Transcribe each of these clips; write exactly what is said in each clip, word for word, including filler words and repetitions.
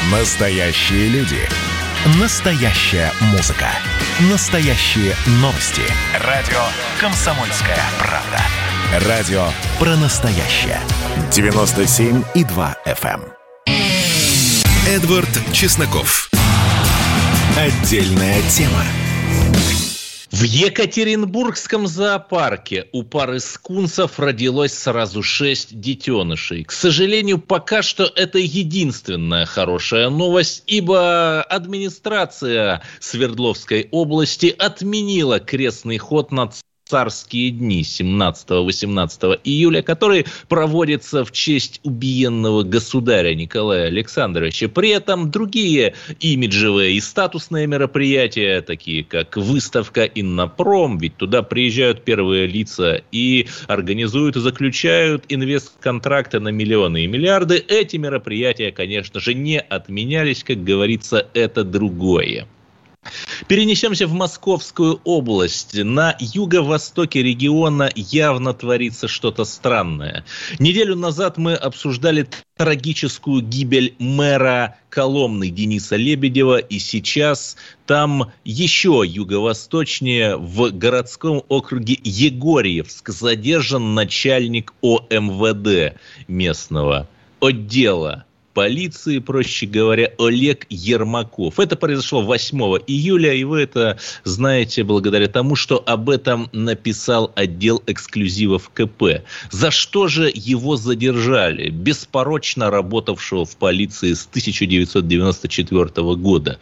Настоящие люди. Настоящая музыка. Настоящие новости. Радио «Комсомольская правда». Радио про настоящее. девяносто семь и два эф эм. Эдвард Чесноков. Отдельная тема. В Екатеринбургском зоопарке у пары скунсов родилось сразу шесть детенышей. К сожалению, пока что это единственная хорошая новость, ибо администрация Свердловской области отменила крестный ход над царские дни семнадцатого-восемнадцатого июля, который проводится в честь убиенного государя Николая Александровича. При этом другие имиджевые и статусные мероприятия, такие как выставка «Иннопром», ведь туда приезжают первые лица и организуют и заключают инвестконтракты на миллионы и миллиарды, эти мероприятия, конечно же, не отменялись, как говорится, это другое. Перенесемся в Московскую область. На юго-востоке региона явно творится что-то странное. Неделю назад мы обсуждали трагическую гибель мэра Коломны Дениса Лебедева, и сейчас там еще юго-восточнее, в городском округе Егорьевск, задержан начальник о эм вэ дэ местного отдела полиции, проще говоря, Олег Ермаков. Это произошло восьмого июля, и вы это знаете благодаря тому, что об этом написал отдел эксклюзивов ка пэ. За что же его задержали? Беспорочно работавшего в полиции с тысяча девятьсот девяносто четвёртого года.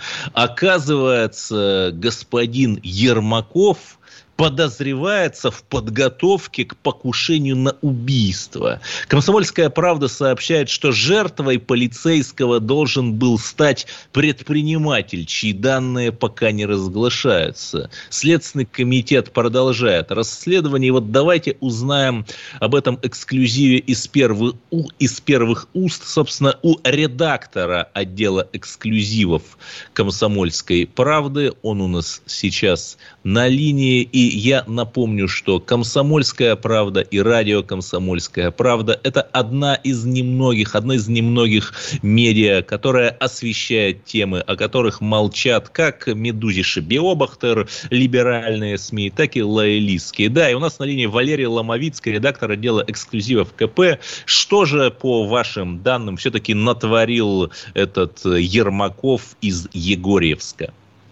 Оказывается, господин Ермаков подозревается в подготовке к покушению на убийство. «Комсомольская правда» сообщает, что жертвой полицейского должен был стать предприниматель, чьи данные пока не разглашаются. Следственный комитет продолжает расследование. И вот давайте узнаем об этом эксклюзиве из первых, из первых уст, собственно, у редактора отдела эксклюзивов «Комсомольской правды». Он у нас сейчас на линии. И я напомню, что «Комсомольская правда» и радио «Комсомольская правда» – это одна из немногих, одно из немногих медиа, которая освещает темы, о которых молчат как Медузиша Биобахтер, либеральные СМИ, так и лоялистские. Да, и у нас на линии Валерий Ломовицкий, редактор отдела эксклюзивов ка пэ. Что же, по вашим данным, все-таки натворил этот Ермаков из Егорьевска?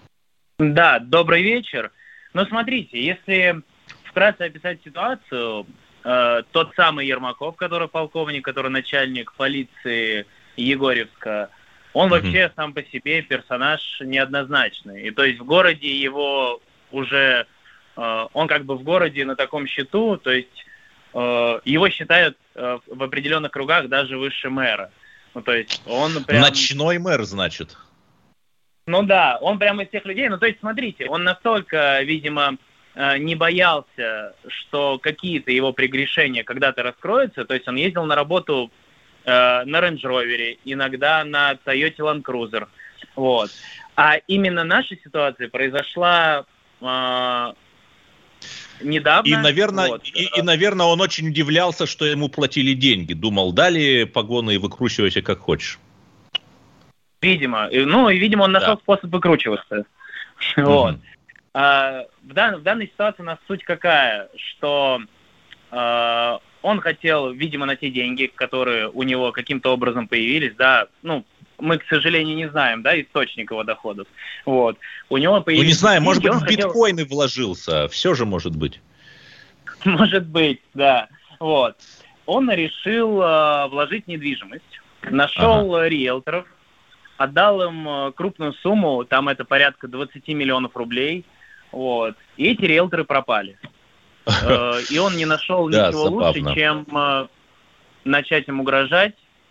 Да, добрый вечер. Но смотрите, если вкратце описать ситуацию, э, тот самый Ермаков, который полковник, который начальник полиции Егорьевска, он mm-hmm. вообще сам по себе персонаж неоднозначный. И то есть в городе его уже, э, он как бы в городе на таком счету, то есть э, его считают э, в определенных кругах даже выше мэра. Ну, то есть он прям... Ночной мэр, значит. Ну да, он прямо из тех людей, ну то есть смотрите, он настолько, видимо, не боялся, что какие-то его прегрешения когда-то раскроются, то есть он ездил на работу э, на Range Rover, иногда на Toyota Land Cruiser, вот. А именно наша ситуация произошла э, недавно. И наверное, вот. и, и, наверное, он очень удивлялся, что ему платили деньги, думал, дали погоны и выкручивайся как хочешь. Видимо. Ну, и, видимо, он нашел да. способ выкручиваться. Mm-hmm. Вот. А, в, дан, в данной ситуации у нас суть какая? Что а, он хотел, видимо, на те деньги, которые у него каким-то образом появились, да, ну, мы, к сожалению, не знаем, да, источник его доходов. Вот. У него появились... Ну, не знаю, может быть, в хотел... биткоины вложился. Все же может быть. Может быть, да. Вот. Он решил а, вложить в недвижимость. Нашел ага. риэлторов, отдал им крупную сумму, там это порядка двадцать миллионов рублей, вот, и эти риэлторы пропали. И он не нашел ничего лучше, чем начать им угрожать,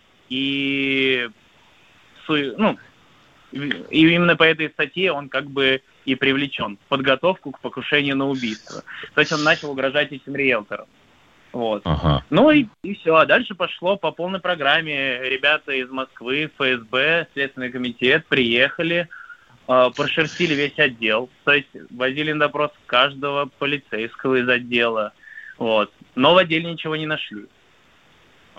и, ну, и именно по этой статье он как бы и привлечен в подготовку к покушению на убийство. То есть он начал угрожать этим риэлторам. Вот. Ага. Ну и, и все. А дальше пошло по полной программе. Ребята из Москвы, эф эс бэ, Следственный комитет приехали, э, прошерстили весь отдел. То есть возили на допрос каждого полицейского из отдела. Вот. Но в отделе ничего не нашли. Вот.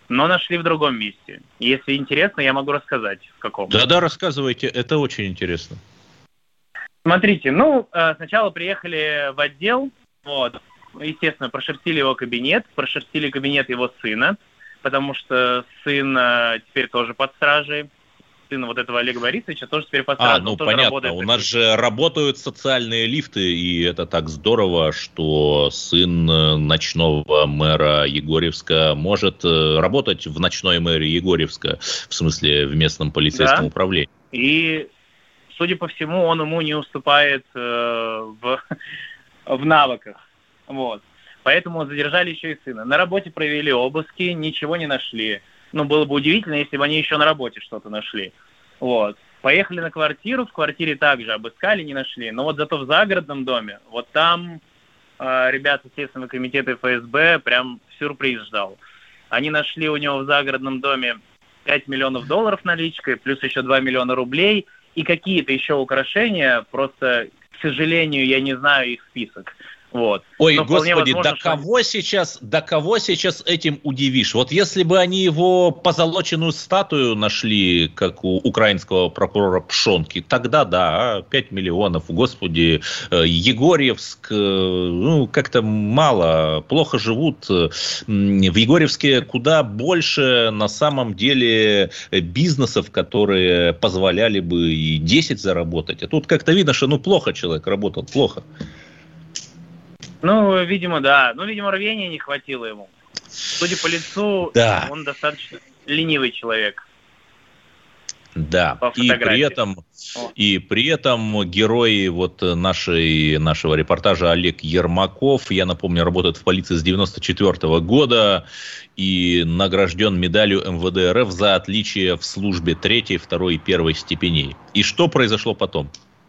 но нашли в другом месте. Если интересно, я могу рассказать, в каком. Да-да, рассказывайте, это очень интересно. Смотрите, ну, сначала приехали в отдел, вот, естественно, прошерстили его кабинет, прошерстили кабинет его сына, потому что сын теперь тоже под стражей. Сын вот этого Олега Борисовича тоже теперь под стражей. А, ну понятно, у нас же работают социальные лифты, и это так здорово, что сын ночного мэра Егорьевска может работать в ночной мэрии Егорьевска, в смысле в местном полицейском да. управлении. И, судя по всему, он ему не уступает э, в, в навыках. Вот. Поэтому задержали еще и сына. На работе провели обыски, ничего не нашли. Ну, было бы удивительно, если бы они еще на работе что-то нашли. Вот. Поехали на квартиру, в квартире также обыскали, не нашли. Но вот зато в загородном доме, вот там э, ребята Следственного комитета эф эс бэ прям сюрприз ждал. Они нашли у него в загородном доме пять миллионов долларов наличкой, плюс еще два миллиона рублей и какие-то еще украшения. Просто, к сожалению, я не знаю их список. Вот. Ой, но господи, возможно, до, что... кого сейчас, до кого сейчас этим удивишь? Вот если бы они его позолоченную статую нашли, как у украинского прокурора Пшонки, тогда да, пять миллионов, господи, Егорьевск, ну, как-то мало, плохо живут. В Егорьевске куда больше на самом деле бизнесов, которые позволяли бы и десять заработать. А тут как-то видно, что ну плохо человек работал, плохо. Ну, видимо, да. Ну, видимо, рвения не хватило ему. Судя по лицу, да. Он достаточно ленивый человек. Да, и при этом, и при этом герой вот нашей, нашего репортажа Олег Ермаков, я напомню, работает в полиции с девяносто четвёртого года и награжден медалью эм вэ дэ эр эф за отличие в службе третьей, второй и первой степеней. И что произошло потом?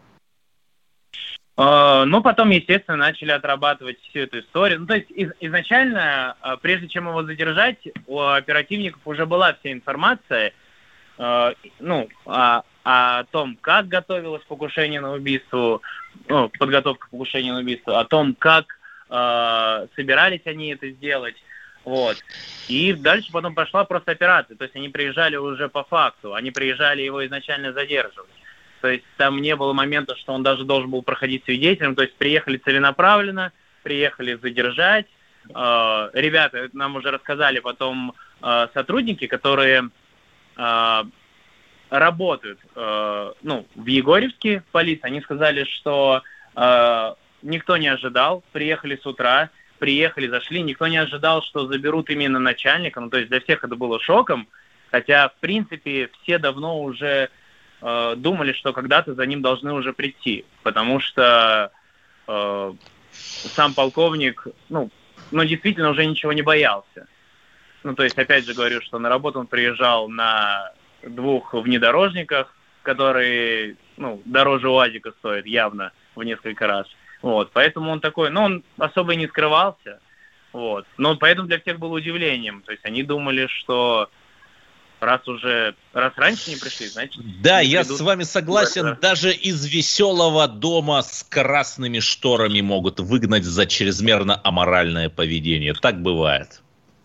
Ну, потом, естественно, начали отрабатывать всю эту историю. Ну, то есть из- изначально, прежде чем его задержать, у оперативников уже была вся информация, э, ну, о, о том, как готовилось покушение на убийство, ну, подготовка к покушению на убийство, о том, как э, собирались они это сделать. Вот. И дальше потом пошла просто операция. То есть они приезжали уже по факту, они приезжали его изначально задерживать. То есть там не было момента, что он даже должен был проходить свидетелем. То есть приехали целенаправленно, приехали задержать. Э, ребята, нам уже рассказали потом э, сотрудники, которые э, работают э, ну, в Егорьевске в полиции. Они сказали, что э, никто не ожидал. Приехали с утра, приехали, зашли. Никто не ожидал, что заберут именно начальника. Ну, то есть для всех это было шоком. Хотя, в принципе, все давно уже... думали, что когда-то за ним должны уже прийти, потому что э, сам полковник, ну, ну, действительно уже ничего не боялся. Ну, то есть, опять же говорю, что на работу он приезжал на двух внедорожниках, которые, ну, дороже УАЗика стоят явно в несколько раз. Вот, поэтому он такой, ну, он особо и не скрывался, вот. Но поэтому для всех было удивлением. То есть они думали, что Раз уже, раз раньше не пришли, значит... Да, я придут. С вами согласен, да. Даже из веселого дома с красными шторами могут выгнать за чрезмерно аморальное поведение. Так бывает.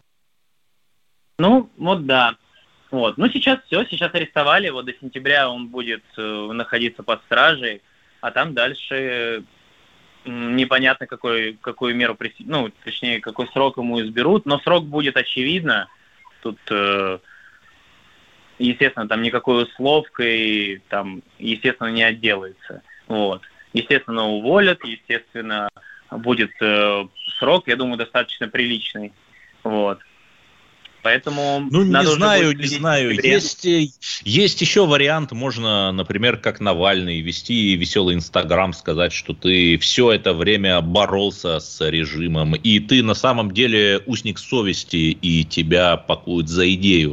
Ну, вот да. Вот. Ну, сейчас все, сейчас арестовали, вот до сентября он будет э, находиться под стражей, а там дальше э, непонятно, какой, какую меру, ну, точнее, какой срок ему изберут, но срок будет очевидно. Тут... Э, Естественно, там никакой условкой, там, естественно, не отделается. Вот. Естественно, уволят, естественно, будет э, срок, я думаю, достаточно приличный. Вот. Поэтому... Ну, не знаю, не знаю. Есть, есть еще вариант, можно, например, как Навальный, вести веселый Инстаграм, сказать, что ты все это время боролся с режимом, и ты на самом деле узник совести, и тебя пакуют за идею.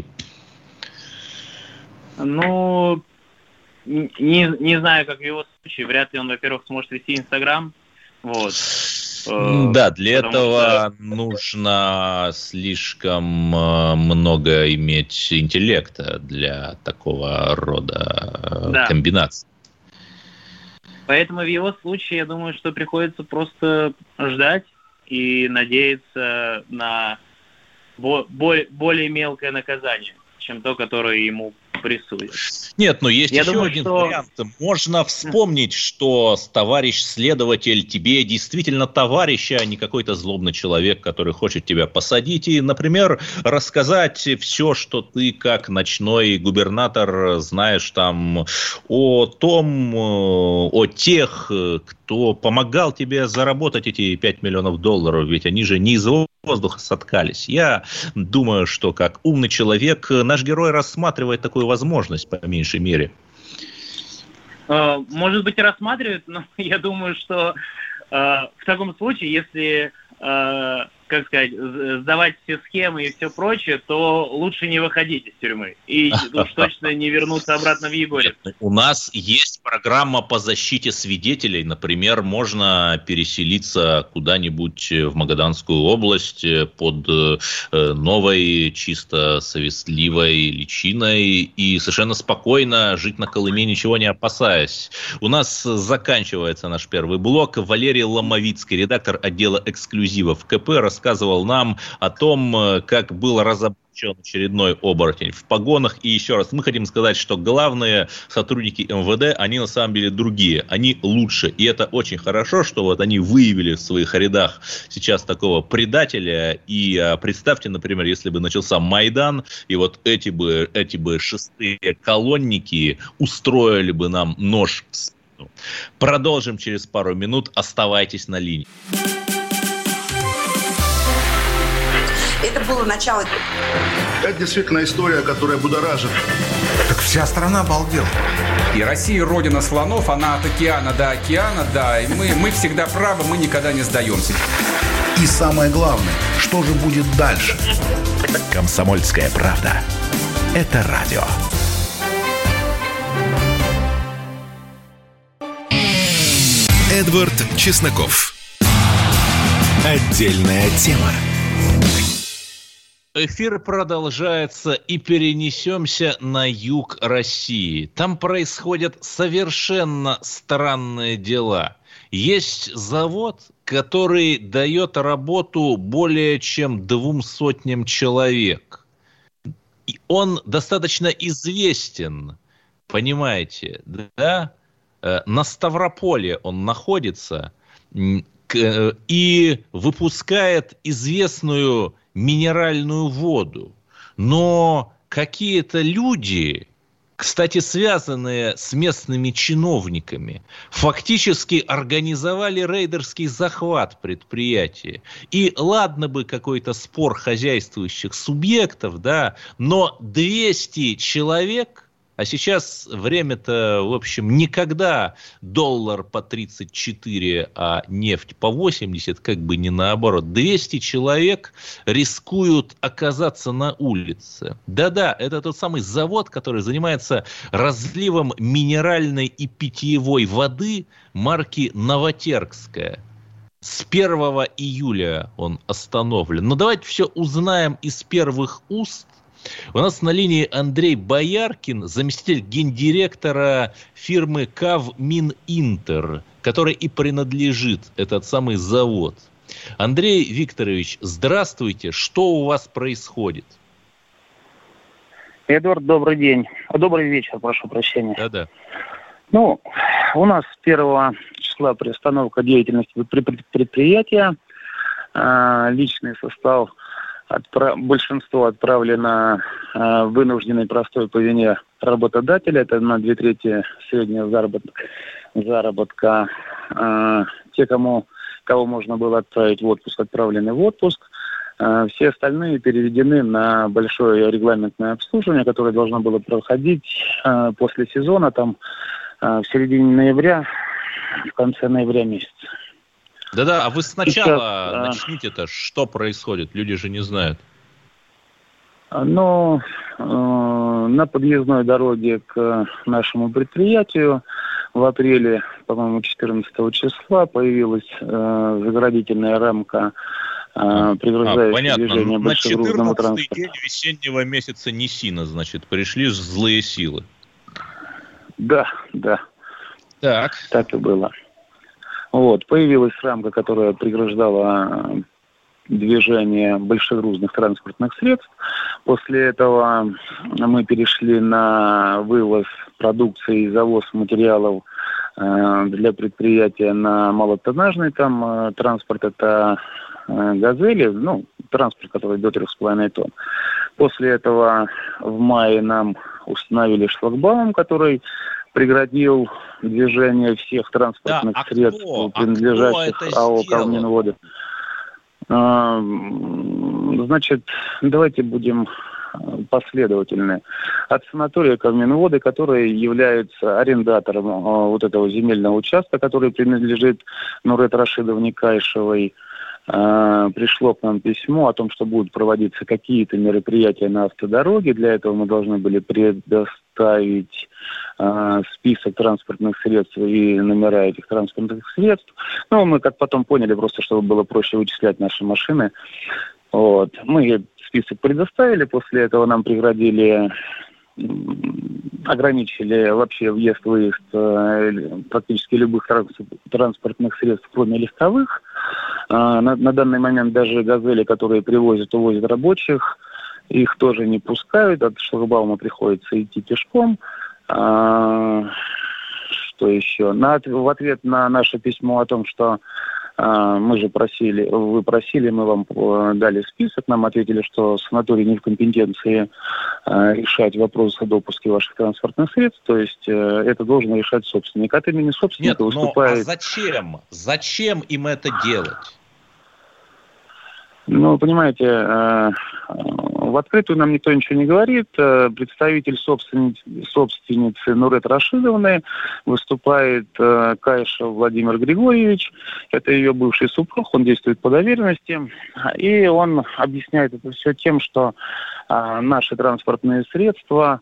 Ну, не, не знаю, как в его случае. Вряд ли он, во-первых, сможет вести Инстаграм. Вот. Да, для этого что... нужно слишком много иметь интеллекта для такого рода да. комбинаций. Поэтому в его случае, я думаю, что приходится просто ждать и надеяться на бо- более, более мелкое наказание, чем то, которое ему присудят. Нет, но есть Я еще думаю, один что... вариант. Можно вспомнить, что товарищ следователь тебе действительно товарищ, а не какой-то злобный человек, который хочет тебя посадить. И, например, рассказать все, что ты как ночной губернатор знаешь там о том, о тех, кто помогал тебе заработать эти пять миллионов долларов. Ведь они же не из воздуха соткались. Я думаю, что как умный человек наш герой рассматривает такую возможность, по меньшей мере. Может быть, и рассматривает, но я думаю, что э, в таком случае, если, э, как сказать, сдавать все схемы и все прочее, то лучше не выходить из тюрьмы. И уж точно не вернуться обратно в Егорьев. У нас есть программа по защите свидетелей. Например, можно переселиться куда-нибудь в Магаданскую область под новой, чисто совестливой личиной и совершенно спокойно жить на Колыме, ничего не опасаясь. У нас заканчивается наш первый блок. Валерий Ломовицкий, редактор отдела эксклюзивов КП, рассказывал нам о том, как был разоблачен очередной оборотень в погонах. И еще раз, мы хотим сказать, что главные сотрудники эм вэ дэ, они на самом деле другие, они лучше. И это очень хорошо, что вот они выявили в своих рядах сейчас такого предателя. И а, представьте, например, если бы начался Майдан, и вот эти бы, эти бы шестые колонники устроили бы нам нож в спину. Продолжим через пару минут. Оставайтесь на линии. Это было начало. Это действительно история, которая будоражит. Так вся страна обалдела. И Россия родина слонов, она от океана до океана, да, и мы, мы всегда правы, мы никогда не сдаемся. И самое главное, что же будет дальше? «Комсомольская правда». Это радио. Эдвард Чесноков. Отдельная тема. Эфир продолжается, и перенесемся на юг России. Там происходят совершенно странные дела. Есть завод, который дает работу более чем двум сотням человек. И он достаточно известен, понимаете, да? На Ставрополе он находится и выпускает известную минеральную воду. Но какие-то люди, кстати, связанные с местными чиновниками, фактически организовали рейдерский захват предприятия. И ладно бы какой-то спор хозяйствующих субъектов, да, но двести человек. А сейчас время-то, в общем, никогда доллар по тридцать четыре, а нефть по восемьдесят, как бы не наоборот. двести человек рискуют оказаться на улице. Да-да, это тот самый завод, который занимается разливом минеральной и питьевой воды марки «Новотерская». С первого июля он остановлен. Но давайте все узнаем из первых уст. У нас на линии Андрей Бояркин, заместитель гендиректора фирмы «Кавмининтер», которой и принадлежит этот самый завод. Андрей Викторович, здравствуйте. Что у вас происходит? Эдвард, добрый день. Добрый вечер, прошу прощения. Да-да. Ну, у нас с первого числа приостановка деятельности предприятия. Личный состав, отправ... большинство отправлено э, вынужденный простой по вине работодателя. Это на две трети средняя заработка. заработка. Э, те, кому, кого можно было отправить в отпуск, отправлены в отпуск. Э, все остальные переведены на большое регламентное обслуживание, которое должно было проходить э, после сезона, там э, в середине ноября, в конце ноября месяца. Да-да, а вы сначала Сейчас, начните-то, что происходит? Люди же не знают. Ну, э, на подъездной дороге к нашему предприятию в апреле, по-моему, четырнадцатого числа появилась э, заградительная рамка, э, преграждающая а, движение большегрузного транспорта. На четырнадцатый день весеннего месяца Ниссина, значит, пришли злые силы. Да, да. Так. Так и было. Вот, появилась рамка, которая преграждала движения большегрузных транспортных средств. После этого мы перешли на вывоз продукции и завоз материалов для предприятия на малотоннажный там транспорт. Это «Газели», ну, транспорт, который до трех с половиной тонн. После этого в мае нам установили шлагбаум, который преградил движение всех транспортных да, а средств, кто? принадлежащих а АО «Калминводы». А, значит, давайте будем последовательны. От санатория «Калминводы», который является арендатором а, вот этого земельного участка, который принадлежит Нурет Рашидовне Кайшевой, а, пришло к нам письмо о том, что будут проводиться какие-то мероприятия на автодороге. Для этого мы должны были предоставить а, список транспортных средств и номера этих транспортных средств. Ну, мы, как потом поняли, просто чтобы было проще вычислять наши машины. Вот. Мы список предоставили, после этого нам преградили, ограничили вообще въезд-выезд э, практически любых транспортных средств, кроме легковых. Э, на, на данный момент даже «Газели», которые привозят, увозят рабочих, их тоже не пускают. От шлагбаума приходится идти пешком. Э, что еще? На, в ответ на наше письмо о том, что мы же просили, вы просили, мы вам дали список, нам ответили, что санаторий не в компетенции решать вопросы о допуске ваших транспортных средств, то есть это должен решать собственник. От имени собственника Нет, выступает... но а зачем? Зачем им это делать? Ну, понимаете, в открытую нам никто ничего не говорит. Представитель собственницы, собственницы Нурет Рашидовны выступает Кайшев Владимир Григорьевич. Это ее бывший супруг, он действует по доверенности. И он объясняет это все тем, что наши транспортные средства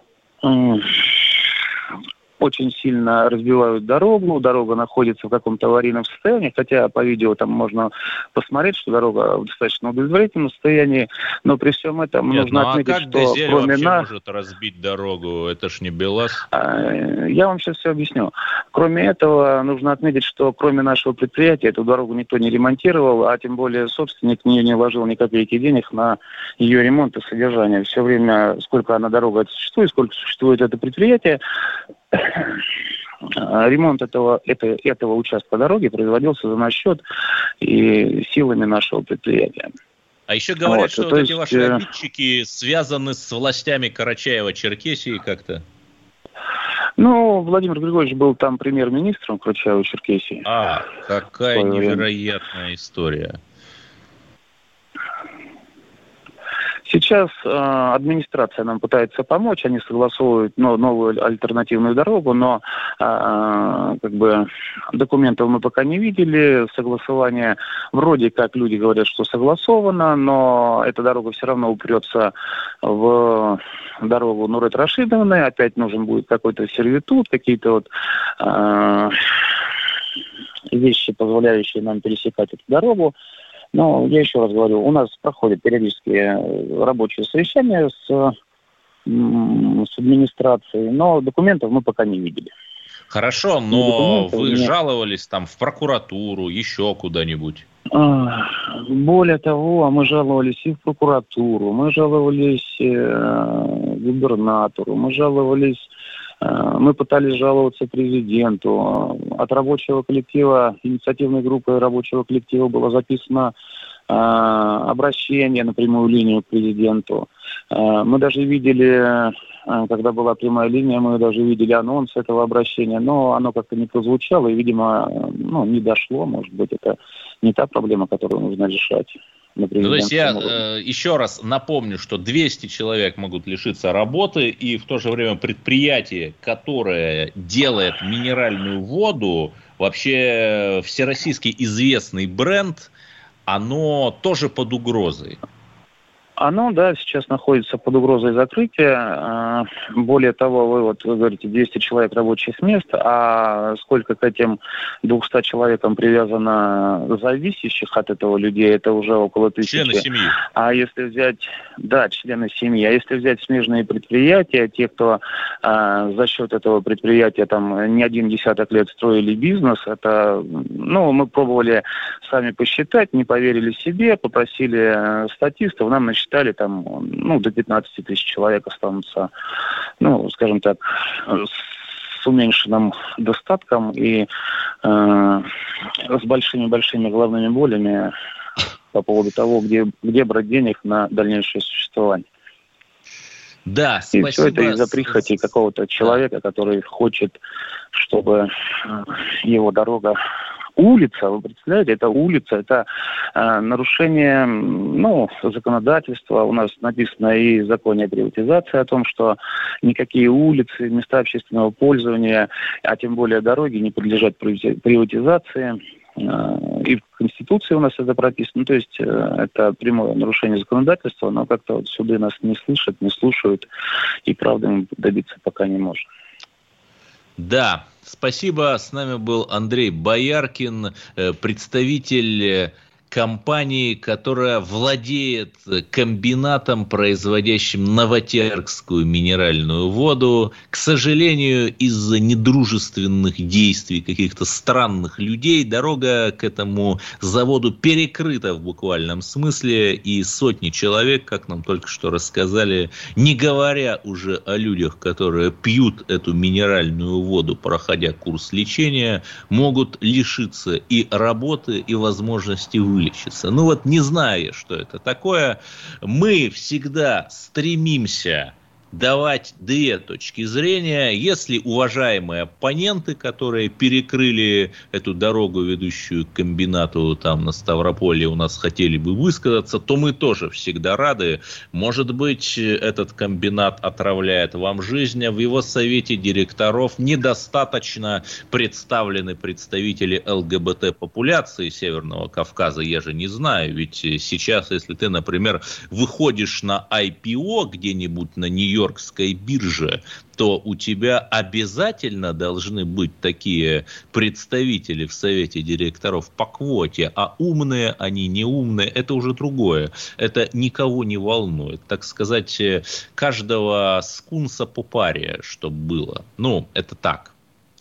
очень сильно разбивают дорогу, дорога находится в каком-то аварийном состоянии, хотя по видео там можно посмотреть, что дорога в достаточно удовлетворительном состоянии, но при всем этом Нет, нужно ну, отметить, а как что «Газель» кроме вообще нас... может разбить дорогу? Это ж не БелАЗ. Я вам сейчас все объясню. Кроме этого, нужно отметить, что кроме нашего предприятия эту дорогу никто не ремонтировал, а тем более собственник в нее не вложил ни копейки денег на ее ремонт и содержание. Все время, сколько она дорога существует, сколько существует это предприятие, ремонт этого, это, этого участка дороги производился за наш счет и силами нашего предприятия. А еще говорят, вот, что вот эти есть... ваши обидчики связаны с властями Карачаева-Черкесии как-то. Ну, Владимир Григорьевич был там премьер-министром Карачаева-Черкесии. А, какая невероятная история. Сейчас э, администрация нам пытается помочь, они согласовывают ну, новую альтернативную дорогу, но э, как бы документов мы пока не видели, согласование вроде как люди говорят, что согласовано, но эта дорога все равно упрется в дорогу Нурет Рашидовны, опять нужен будет какой-то сервитут, какие-то вот э, вещи, позволяющие нам пересекать эту дорогу. Но я еще раз говорю, у нас проходят периодические рабочие совещания с, с администрацией, но документов мы пока не видели. Хорошо, но вы нет. жаловались там в прокуратуру, еще куда-нибудь? Более того, мы жаловались и в прокуратуру, мы жаловались э, губернатору, мы жаловались, э, мы пытались жаловаться президенту. От рабочего коллектива, инициативной группы рабочего коллектива было записано э, обращение на прямую линию к президенту. Э, мы даже видели... Когда была прямая линия, мы даже видели анонс этого обращения, но оно как-то не прозвучало и, видимо, ну, не дошло. Может быть, это не та проблема, которую нужно решать. Ну, то есть я э, еще раз напомню, что двести человек могут лишиться работы, и в то же время предприятие, которое делает минеральную воду, вообще всероссийский известный бренд, оно тоже под угрозой. Оно, да, сейчас находится под угрозой закрытия. Более того, вы вот вы говорите, двести человек рабочих мест, а сколько к этим двумстам человекам привязано зависящих от этого людей, это уже около тысячи. Члены семьи. А если взять, да, члены семьи, а если взять смежные предприятия, те, кто а, за счет этого предприятия там не один десяток лет строили бизнес, это, ну, мы пробовали сами посчитать, не поверили себе, попросили статистов, нам насчитали там, ну, до пятнадцати тысяч человек останутся, ну, скажем так, с уменьшенным достатком и э, с большими-большими головными болями по поводу того, где, где брать денег на дальнейшее существование. Да, и спасибо. все это из-за прихоти какого-то человека, который хочет, чтобы его дорога... Улица, вы представляете, это улица, это э, нарушение, ну, законодательства. У нас написано и в законе о приватизации о том, что никакие улицы, места общественного пользования, а тем более дороги не подлежат приватизации. Э, и в Конституции у нас это прописано. То есть э, это прямое нарушение законодательства, но как-то вот суды нас не слышат, не слушают, и правды мы добиться пока не можем. Да, спасибо. С нами был Андрей Бояркин, представитель компании, которая владеет комбинатом, производящим новотерскую минеральную воду. К сожалению, из-за недружественных действий каких-то странных людей дорога к этому заводу перекрыта в буквальном смысле, и сотни человек, как нам только что рассказали, не говоря уже о людях, которые пьют эту минеральную воду, проходя курс лечения, могут лишиться и работы, и возможности вылечиться. Ну вот, не зная, что это такое, мы всегда стремимся давать две точки зрения. Если уважаемые оппоненты, которые перекрыли эту дорогу, ведущую к комбинату там на Ставрополе, у нас хотели бы высказаться, то мы тоже всегда рады. Может быть, этот комбинат отравляет вам жизнь, а в его совете директоров недостаточно представлены представители ЛГБТ-популяции Северного Кавказа. Я же не знаю, ведь сейчас, если ты, например, выходишь на ай пи о где-нибудь на Нью-Йорк, Нью-Йоркской бирже, то у тебя обязательно должны быть такие представители в совете директоров по квоте, а умные они, не умные, это уже другое. Это никого не волнует. Так сказать, каждого скунса по паре, чтобы было. Ну, это так.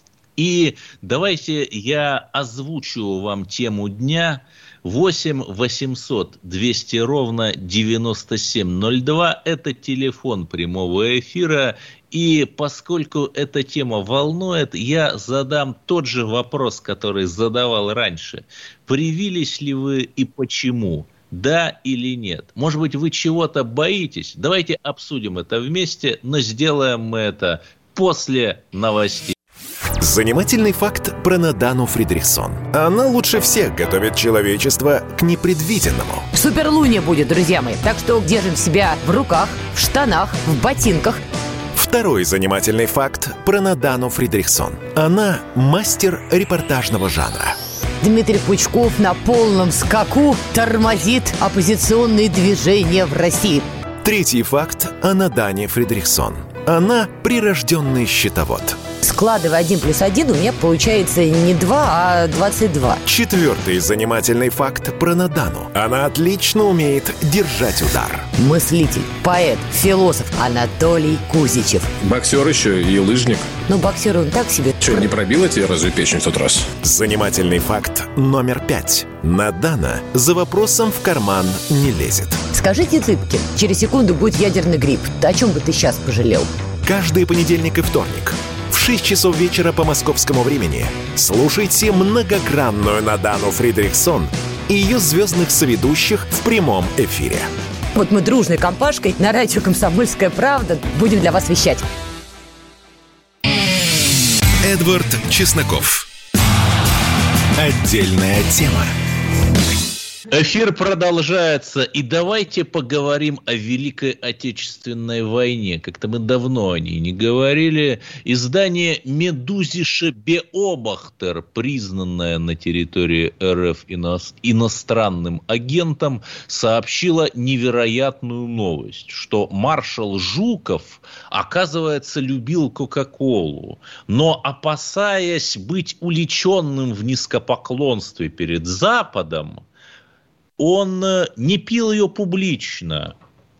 И давайте я озвучу вам тему дня. восемь восемьсот двести ровно девяносто семь ноль два. Это телефон прямого эфира. И поскольку эта тема волнует, я задам тот же вопрос, который задавал раньше. Привились ли вы и почему? Да или нет? Может быть, вы чего-то боитесь? Давайте обсудим это вместе, но сделаем мы это после новостей. Занимательный факт про Надану Фридрихсон. Она лучше всех готовит человечество к непредвиденному. Суперлуния будет, друзья мои. Так что держим себя в руках, в штанах, в ботинках. Второй занимательный факт про Надану Фридрихсон. Она мастер репортажного жанра. Дмитрий Пучков на полном скаку тормозит оппозиционные движения в России. Третий факт о Надане Фридрихсон. Она прирожденный счетовод. Складывая один плюс один, у меня получается не два, а двадцать два. Четвертый занимательный факт про Надану. Она отлично умеет держать удар. Мыслитель, поэт, философ Анатолий Кузичев. Боксер еще и лыжник. Ну, боксер он так себе. Че, не пробила тебе разве печень в тот раз? Занимательный факт номер пять. Надана за вопросом в карман не лезет. Скажите, Цыпкин, через секунду будет ядерный грипп. О чем бы ты сейчас пожалел? Каждый понедельник и вторник в шесть часов вечера по московскому времени слушайте многогранную Надану Фридрихсон и ее звездных соведущих в прямом эфире. Вот мы дружной компашкой на радио «Комсомольская правда» будем для вас вещать. Эдвард Чесноков. Отдельная тема. Эфир продолжается, и давайте поговорим о Великой Отечественной войне. Как-то мы давно о ней не говорили. Издание «Медузише Беобахтер», признанное на территории РФ ино- иностранным агентом, сообщило невероятную новость, что маршал Жуков, оказывается, любил Кока-Колу, но, опасаясь быть уличенным в низкопоклонстве перед Западом, он не пил ее публично,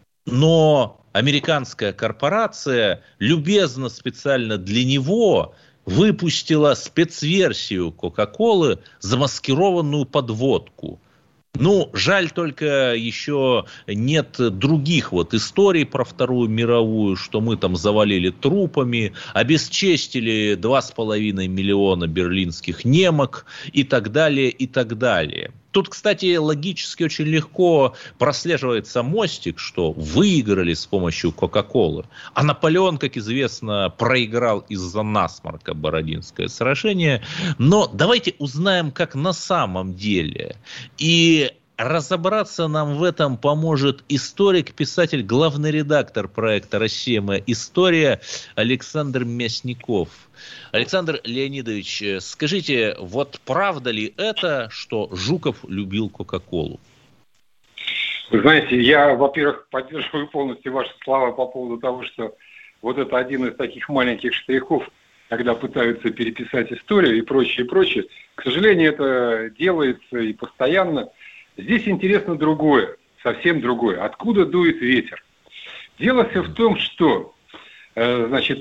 но американская корпорация любезно специально для него выпустила спецверсию Кока-Колы, замаскированную под водку. Ну, жаль только еще нет других вот историй про Вторую мировую, что мы там завалили трупами, обесчестили два с половиной миллиона берлинских немок и так далее, и так далее. Тут, кстати, логически очень легко прослеживается мостик, что выиграли с помощью Кока-Колы. А Наполеон, как известно, проиграл из-за насморка Бородинское сражение. Но давайте узнаем, как на самом деле. И разобраться нам в этом поможет историк, писатель, главный редактор проекта «Россия. Моя история» Александр Мясников. Александр Леонидович, скажите, вот правда ли это, что Жуков любил Кока-Колу? Вы знаете, я, во-первых, поддерживаю полностью ваши слова по поводу того, что вот это один из таких маленьких штрихов, когда пытаются переписать историю и прочее, и прочее. К сожалению, это делается и постоянно. Здесь интересно другое, совсем другое. Откуда дует ветер? Дело все в том, что значит,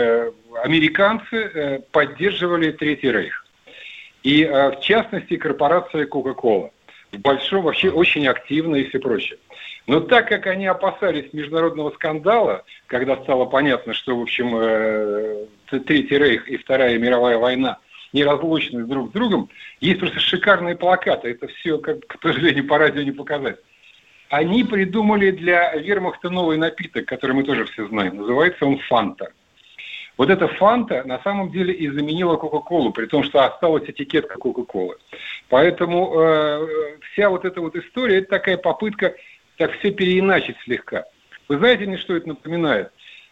американцы поддерживали Третий Рейх. И, в частности, корпорация Coca-Cola. В большом, вообще очень активно и все прочее. Но так как они опасались международного скандала, когда стало понятно, что, в общем, Третий Рейх и Вторая мировая война неразлучны друг с другом, есть просто шикарные плакаты. Это все, как, к сожалению, по радио не показать. Они придумали для вермахта новый напиток, который мы тоже все знаем. Называется он «Фанта». Вот эта «Фанта» на самом деле и заменила Кока-Колу, при том, что осталась этикетка Кока-Колы. Поэтому э, вся вот эта вот история, это такая попытка так все переиначить слегка. Вы знаете мне, что это напоминает?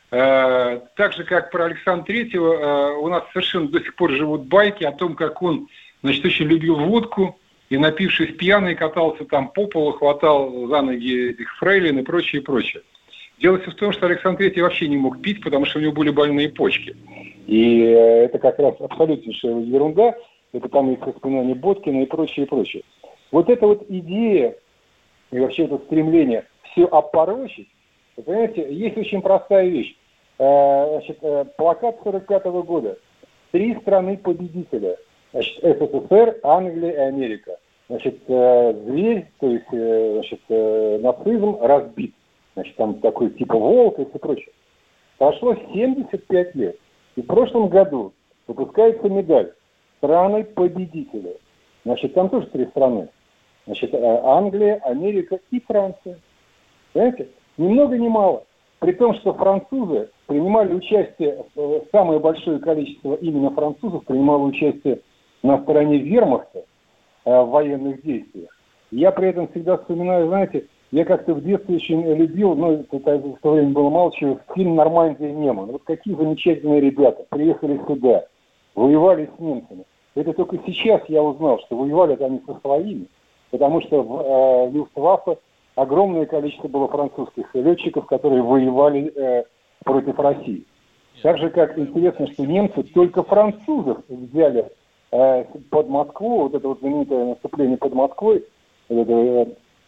Э, так же, как про Александра Третьего, э, у нас совершенно до сих пор живут байки о том, как он, значит, очень любил водку, и, напившись пьяный, катался там по полу, хватал за ноги этих фрейлин и прочее, и прочее. Дело все в том, что Александр Третий вообще не мог пить, потому что у него были больные почки. И это как раз абсолютнейшая ерунда. Это там есть воспоминания Боткина и прочее, и прочее. Вот эта вот идея и вообще это стремление все опорочить, вы понимаете, есть очень простая вещь. Значит, плакат сорок пятого года. Три страны победителя. Значит, СССР, Англия и Америка. Значит, зверь, то есть значит, нацизм разбит. Значит, там такой типа волк и все прочее. Прошло семьдесят пять лет. И в прошлом году выпускается медаль страны-победителя. Значит, там тоже три страны. Значит, Англия, Америка и Франция. Понимаете? Ни много ни мало. При том, что французы принимали участие, самое большое количество именно французов принимало участие на стороне вермахта в военных действиях. Я при этом всегда вспоминаю, знаете, я как-то в детстве очень любил, ну, это в то время было мало чего, фильм «Нормандия и Неман». Вот какие замечательные ребята приехали сюда, воевали с немцами. Это только сейчас я узнал, что воевали-то они со своими, потому что в э, Люфтваффе огромное количество было французских летчиков, которые воевали э, против России. Так же, как интересно, что немцы только французов взяли э, под Москву, вот это вот знаменитое наступление под Москвой, вот это, э,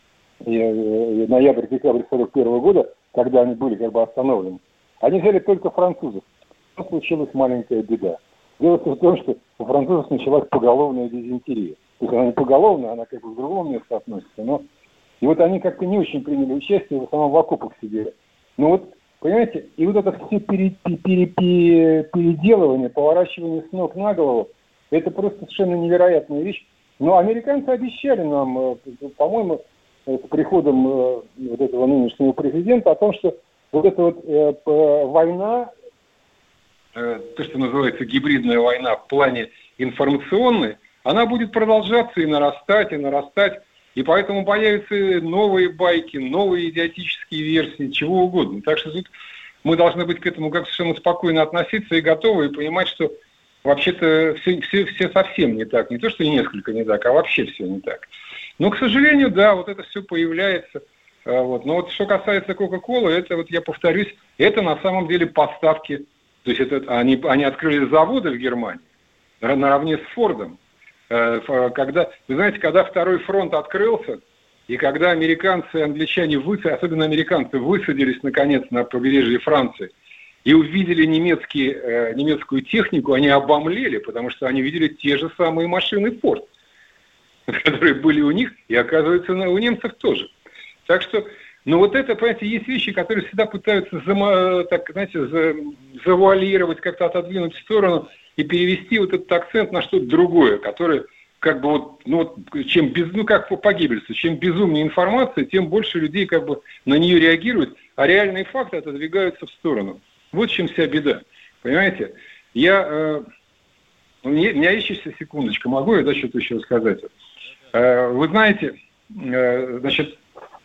э, ноябрь-декабрь сорок первого года, когда они были как бы остановлены. Они взяли только французов. Но случилась маленькая беда. Дело в том, что у французов началась поголовная дизентерия. То есть она не поголовная, она как бы в другом месте относится, но... И вот они как-то не очень приняли участие, в основном в окопах сидели. Ну вот, понимаете, и вот это все пере, пере, пере, переделывание, поворачивание с ног на голову, это просто совершенно невероятная вещь. Но американцы обещали нам, по-моему, с приходом вот этого нынешнего президента о том, что вот эта вот э, война, э, то, что называется гибридная война в плане информационной, она будет продолжаться и нарастать, и нарастать. И поэтому появятся новые байки, новые идиотические версии, чего угодно. Так что тут мы должны быть к этому как совершенно спокойно относиться и готовы, и понимать, что вообще-то все, все, все совсем не так. Не то, что несколько не так, а вообще все не так. Но, к сожалению, да, вот это все появляется. Вот. Но вот что касается Coca-Cola, это, вот я повторюсь, это на самом деле поставки. То есть это, они, они открыли заводы в Германии наравне с Фордом. Когда, вы знаете, когда второй фронт открылся, и когда американцы и англичане, особенно американцы, высадились наконец на побережье Франции и увидели немецкие, немецкую технику, они обомлели, потому что они видели те же самые машины Форд, которые были у них, и, оказывается, у немцев тоже. Так что, ну вот это, понимаете, есть вещи, которые всегда пытаются, так, знаете, завуалировать, как-то отодвинуть в сторону и перевести вот этот акцент на что-то другое, которое как бы вот, ну вот, чем без, ну как по погибельству, чем безумнее информация, тем больше людей как бы на нее реагируют, а реальные факты отодвигаются в сторону. Вот в чем вся беда, понимаете? Я, э, у меня, у меня есть еще секундочка, могу я да, что-то еще сказать? Э, вы знаете, э, значит,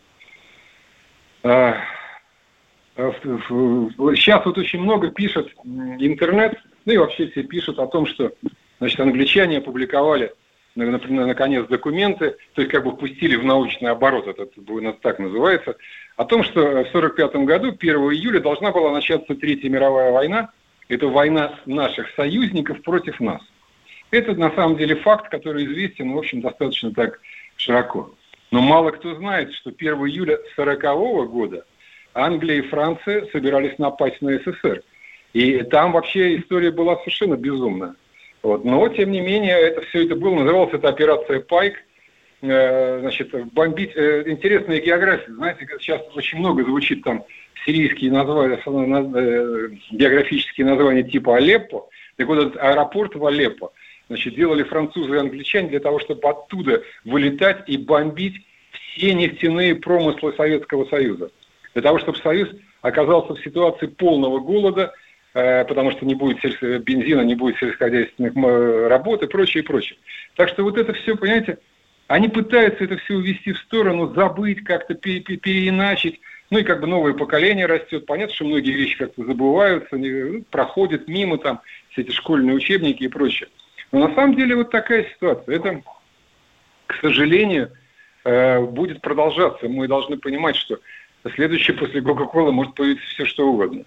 э, э, сейчас вот очень много пишет интернет, ну и вообще все пишут о том, что, значит, англичане опубликовали, например, наконец, документы, то есть как бы впустили в научный оборот, это так называется, о том, что в сорок пятом году, первого июля, должна была начаться Третья мировая война. Это война наших союзников против нас. Это на самом деле факт, который известен, в общем, достаточно так широко. Но мало кто знает, что первого июля сорокового года Англия и Франция собирались напасть на СССР. И там вообще история была совершенно безумная. Вот. Но, тем не менее, это все это было, называлась это операция «Пайк». Э, значит, бомбить... Э, интересная география. Знаете, сейчас очень много звучит там сирийские названия, э, географические названия типа Алеппо. Так вот, этот аэропорт в Алеппо, значит, делали французы и англичане для того, чтобы оттуда вылетать и бомбить все нефтяные промыслы Советского Союза. Для того, чтобы Союз оказался в ситуации полного голода, потому что не будет сельско... бензина, не будет сельскохозяйственных работ и прочее, и прочее. Так что вот это все, понимаете, они пытаются это все увести в сторону, забыть, как-то переиначить. Ну и как бы новое поколение растет. Понятно, что многие вещи как-то забываются, ну, проходят мимо там все эти школьные учебники и прочее. Но на самом деле вот такая ситуация. Это, к сожалению, будет продолжаться. Мы должны понимать, что следующее после Coca-Cola может появиться все, что угодно.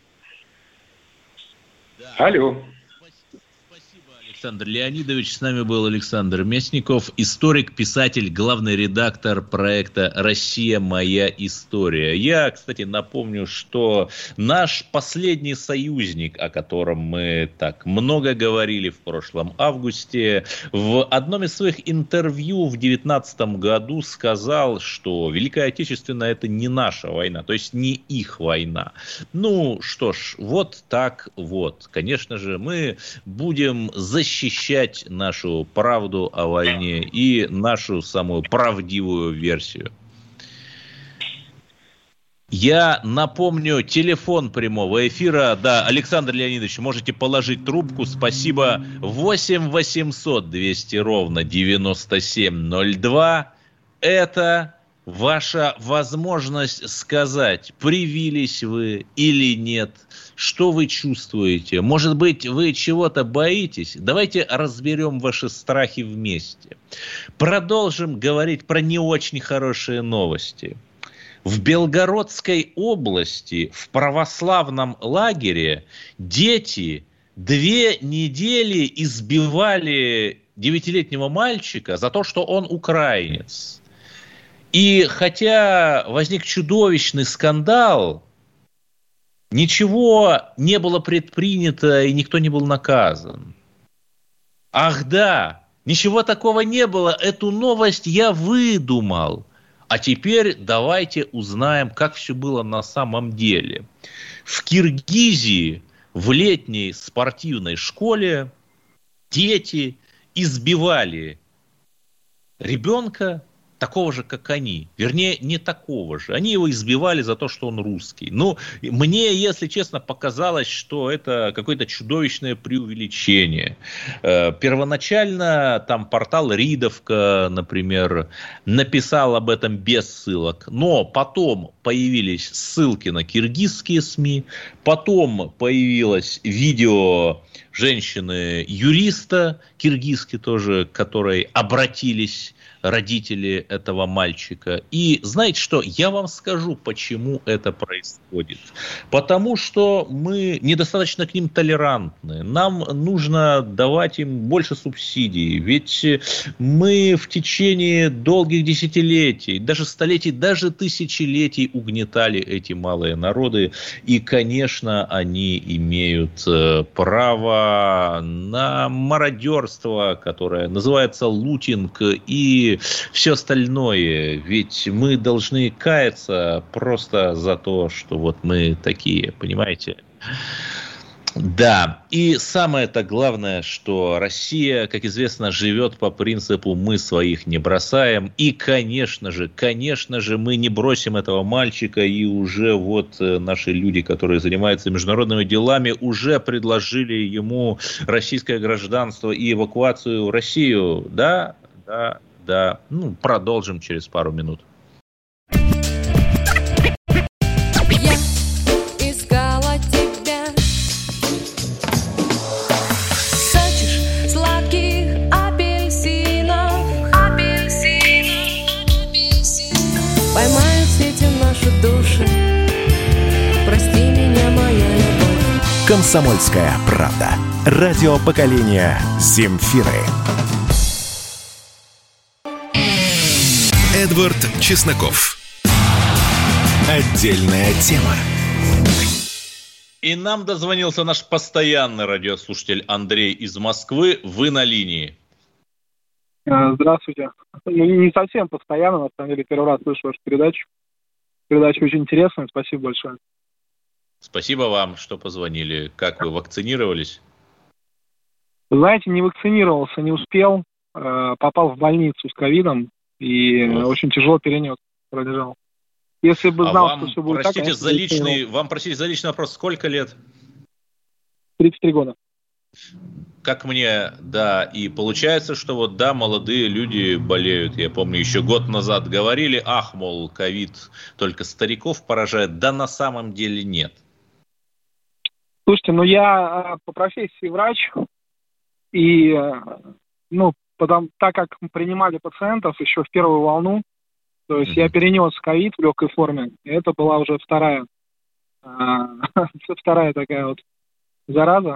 Алло. Александр Леонидович. С нами был Александр Мясников, историк, писатель, главный редактор проекта «Россия. Моя история». Я, кстати, напомню, что наш последний союзник, о котором мы так много говорили в прошлом августе, в одном из своих интервью в девятнадцатом году сказал, что Великая Отечественная – это не наша война, то есть не их война. Ну что ж, вот так вот. Конечно же, мы будем защищать защищать нашу правду о войне и нашу самую правдивую версию. Я напомню, телефон прямого эфира. Да, Александр Леонидович, можете положить трубку. Спасибо. восемь восемьсот двести ровно девяносто семь ноль два. Это ваша возможность сказать, привились вы или нет, что вы чувствуете. Может быть, вы чего-то боитесь? Давайте разберем ваши страхи вместе. Продолжим говорить про не очень хорошие новости. В Белгородской области в православном лагере дети две недели избивали девятилетнего мальчика за то, что он украинец. И хотя возник чудовищный скандал, ничего не было предпринято и никто не был наказан. Ах да, ничего такого не было, эту новость я выдумал. А теперь давайте узнаем, как все было на самом деле. В Киргизии в летней спортивной школе дети избивали ребенка такого же, как они. Вернее, не такого же. Они его избивали за то, что он русский. Ну, мне, если честно, показалось, что это какое-то чудовищное преувеличение. Первоначально там портал Ридовка, например, написал об этом без ссылок. Но потом появились ссылки на киргизские СМИ. Потом появилось видео женщины-юриста, киргизки тоже, к которой обратились родители этого мальчика. И знаете что, я вам скажу, почему это происходит. Потому что мы недостаточно к ним толерантны. Нам нужно давать им больше субсидий. Ведь мы в течение долгих десятилетий, даже столетий, даже тысячелетий угнетали эти малые народы. И, конечно, они имеют право на мародерство, которое называется лутинг, и все остальное. Ведь мы должны каяться просто за то, что вот мы такие, понимаете? Да, и самое-то главное, что Россия, как известно, живет по принципу «мы своих не бросаем». И, конечно же, конечно же, мы не бросим этого мальчика. И уже вот наши люди, которые занимаются международными делами, уже предложили ему российское гражданство и эвакуацию в Россию. Да, да, да. Ну, продолжим через пару минут. «Комсомольская правда». Радио поколения Земфиры. Эдвард Чесноков. Отдельная тема. И нам дозвонился наш постоянный радиослушатель Андрей из Москвы. Вы на линии. Здравствуйте. Ну, не совсем постоянно, на самом деле, первый раз слышу вашу передачу. Передача очень интересная, спасибо большое. Спасибо вам, что позвонили. Как вы, вакцинировались? Знаете, не вакцинировался, не успел. Попал в больницу с ковидом и Ох. очень тяжело перенес, пролежал. Если бы знал, а вам, что все будет простите, так... За личный, вам, простите, за личный вопрос, сколько лет? тридцать три года. Как мне, да, и получается, что вот, да, молодые люди болеют. Я помню, еще год назад говорили, ах, мол, ковид только стариков поражает. Да на самом деле нет. Слушайте, ну я по профессии врач, и, ну, потому, так как мы принимали пациентов еще в первую волну, то есть mm-hmm. я перенес ковид в легкой форме, и это была уже вторая, вторая такая вот зараза.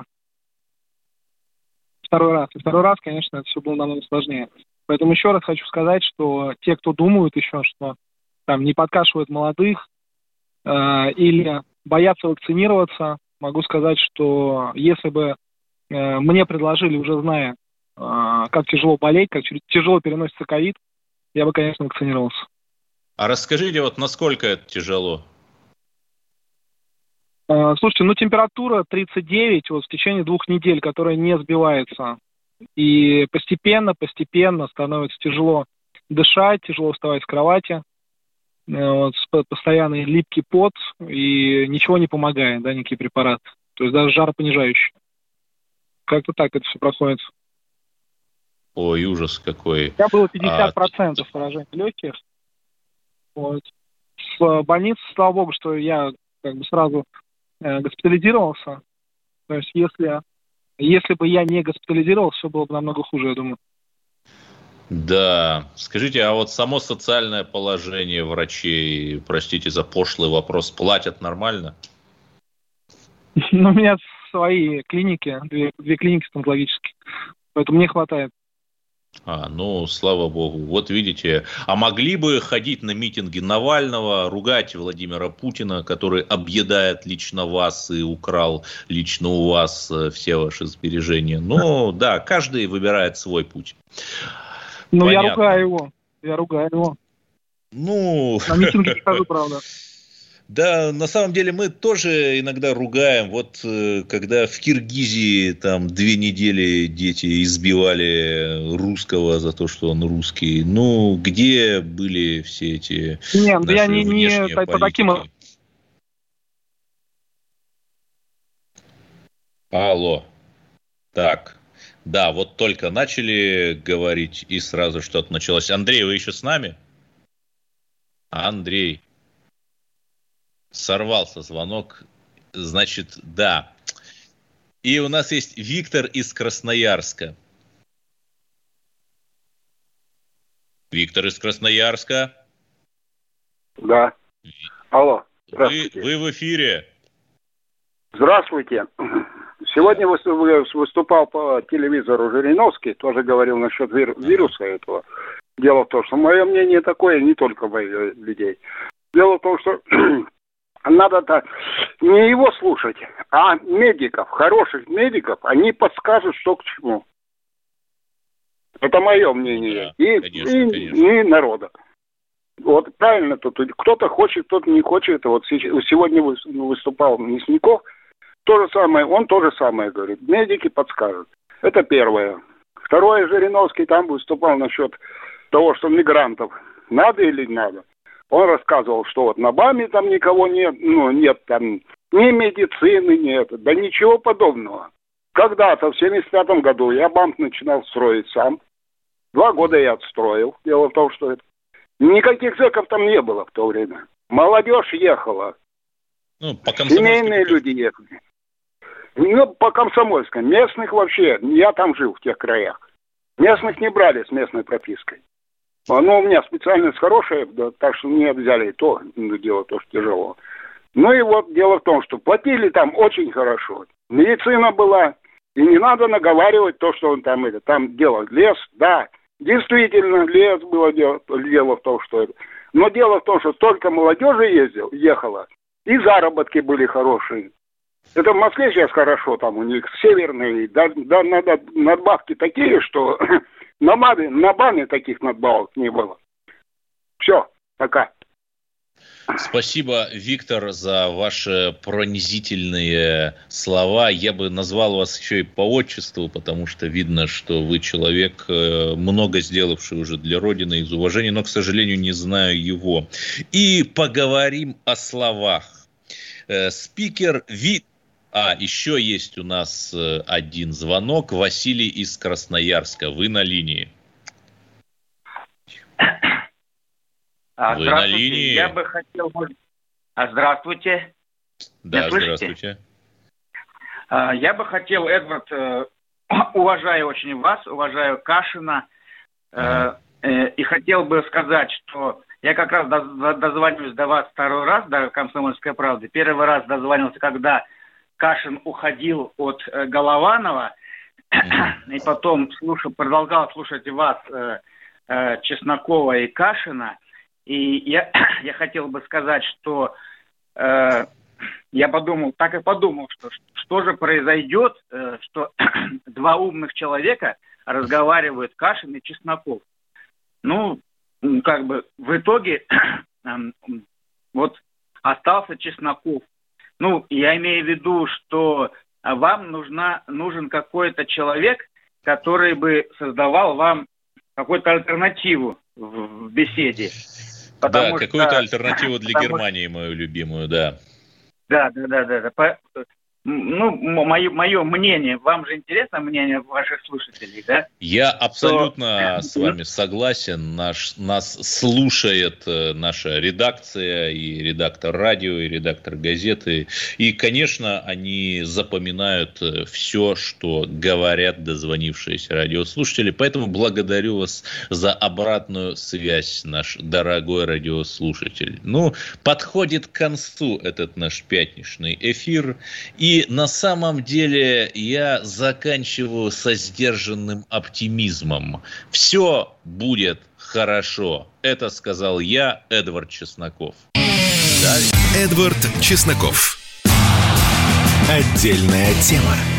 Второй раз. И второй раз, конечно, это все было намного сложнее. Поэтому еще раз хочу сказать, что те, кто думают еще, что там не подкашивают молодых э, или боятся вакцинироваться, могу сказать, что если бы э, мне предложили, уже зная, э, как тяжело болеть, как тяжело переносится ковид, я бы, конечно, вакцинировался. А расскажите, вот насколько это тяжело? Э, слушайте, ну температура тридцать девять вот в течение двух недель, которая не сбивается. И постепенно, постепенно становится тяжело дышать, тяжело вставать с кровати. Вот, постоянный липкий пот, и ничего не помогает, да, никакие препараты. То есть даже жаропонижающие. Как-то так это все проходит. Ой, ужас какой. У меня было пятьдесят процентов а... поражения легких. Вот. В больнице, слава богу, что я как бы сразу э, госпитализировался. То есть если, если бы я не госпитализировался, все было бы намного хуже, я думаю. Да, скажите, а вот само социальное положение врачей, простите за пошлый вопрос, платят нормально? Ну, у меня свои клиники, две, две клиники стоматологические, поэтому мне хватает. А, ну, слава богу. Вот видите, а могли бы ходить на митинги Навального, ругать Владимира Путина, который объедает лично вас и украл лично у вас все ваши сбережения. Ну, да, каждый выбирает свой путь. Ну, я ругаю его. Я ругаю его. Ну... На митинге не хожу, правда. Да, на самом деле мы тоже иногда ругаем. Вот когда в Киргизии там две недели дети избивали русского за то, что он русский. Ну, где были все эти Нет, наши я не, не внешние по, по таким... Алло. Так. Да, вот только начали говорить, и сразу что-то началось. Андрей, вы еще с нами? Андрей. Сорвался звонок. Значит, да. И у нас есть Виктор из Красноярска. Виктор из Красноярска. Да. Алло. Вы, вы в эфире. Здравствуйте. Сегодня выступал по телевизору Жириновский, тоже говорил насчет вируса этого. Дело в том, что мое мнение такое, не только моих людей. Дело в том, что надо-то не его слушать, а медиков, хороших медиков, они подскажут, что к чему. Это мое мнение. Да, и, конечно, и, конечно. и народа. Вот правильно, тут кто-то хочет, кто-то не хочет. Вот сегодня выступал Мясников, то же самое, он то же самое говорит. Медики подскажут. Это первое. Второе, Жириновский там выступал насчет того, что мигрантов надо или не надо. Он рассказывал, что вот на БАМе там никого нет, ну нет там ни медицины, нет, да ничего подобного. Когда-то в семьдесят пятом году я БАМ начинал строить сам. Два года я отстроил. Дело в том, что это... никаких зэков там не было в то время. Молодежь ехала. Ну, по семейные люди ехали. Ну, по Комсомольской. Местных вообще, я там жил в тех краях. Местных не брали с местной пропиской. Но у меня специальность хорошая, да, так что мне взяли и то, дело тоже тяжело. Ну и вот дело в том, что платили там очень хорошо. Медицина была, и не надо наговаривать то, что он там это, там делал лес, да, действительно, лес было дело, дело в том, что это. Но дело в том, что столько молодежи ездил, ехала, и заработки были хорошие. Это в Москве сейчас хорошо, там у них северные, да, да, надбавки такие, что на БАМе, на БАМе таких надбавок не было. Все, пока. Спасибо, Виктор, за ваши пронзительные слова. Я бы назвал вас еще и по отчеству, потому что видно, что вы человек, много сделавший уже для Родины из уважения, но, к сожалению, не знаю его. И поговорим о словах. Спикер Ви... А, еще есть у нас один звонок. Василий из Красноярска. Вы на линии. А, Вы на линии. Я бы хотел... А, здравствуйте. Да, здравствуйте. А, я бы хотел, Эдвард, э, уважаю очень вас, уважаю Кашина, э, э, и хотел бы сказать, что я как раз дозвонюсь до вас второй раз, до «Комсомольской правды». Первый раз дозвонился, когда Кашин уходил от э, Голованова, и потом слушал, продолжал слушать вас, э, э, Чеснокова и Кашина. И я, я хотел бы сказать, что э, я подумал, так и подумал, что что же произойдет, э, что два умных человека разговаривают, Кашин и Чесноков. Ну, как бы в итоге э, вот остался Чесноков. Ну, я имею в виду, что вам нужна, нужен какой-то человек, который бы создавал вам какую-то альтернативу в, в беседе. Потому да, какую-то что, альтернативу для Германии, мою любимую, да. Да, да, да, да. да. Ну, мое, мое мнение, вам же интересно мнение ваших слушателей, да? Я абсолютно Что... с вами согласен. Наш, нас слушает наша редакция, и редактор радио, и редактор газеты. И, конечно, они запоминают все, что говорят дозвонившиеся радиослушатели. Поэтому благодарю вас за обратную связь, наш дорогой радиослушатель. Ну, подходит к концу этот наш пятничный эфир. И на самом деле я заканчиваю со сдержанным оптимизмом. Все будет хорошо. Это сказал я, Эдвард Чесноков. Далее. Эдвард Чесноков. Отдельная тема.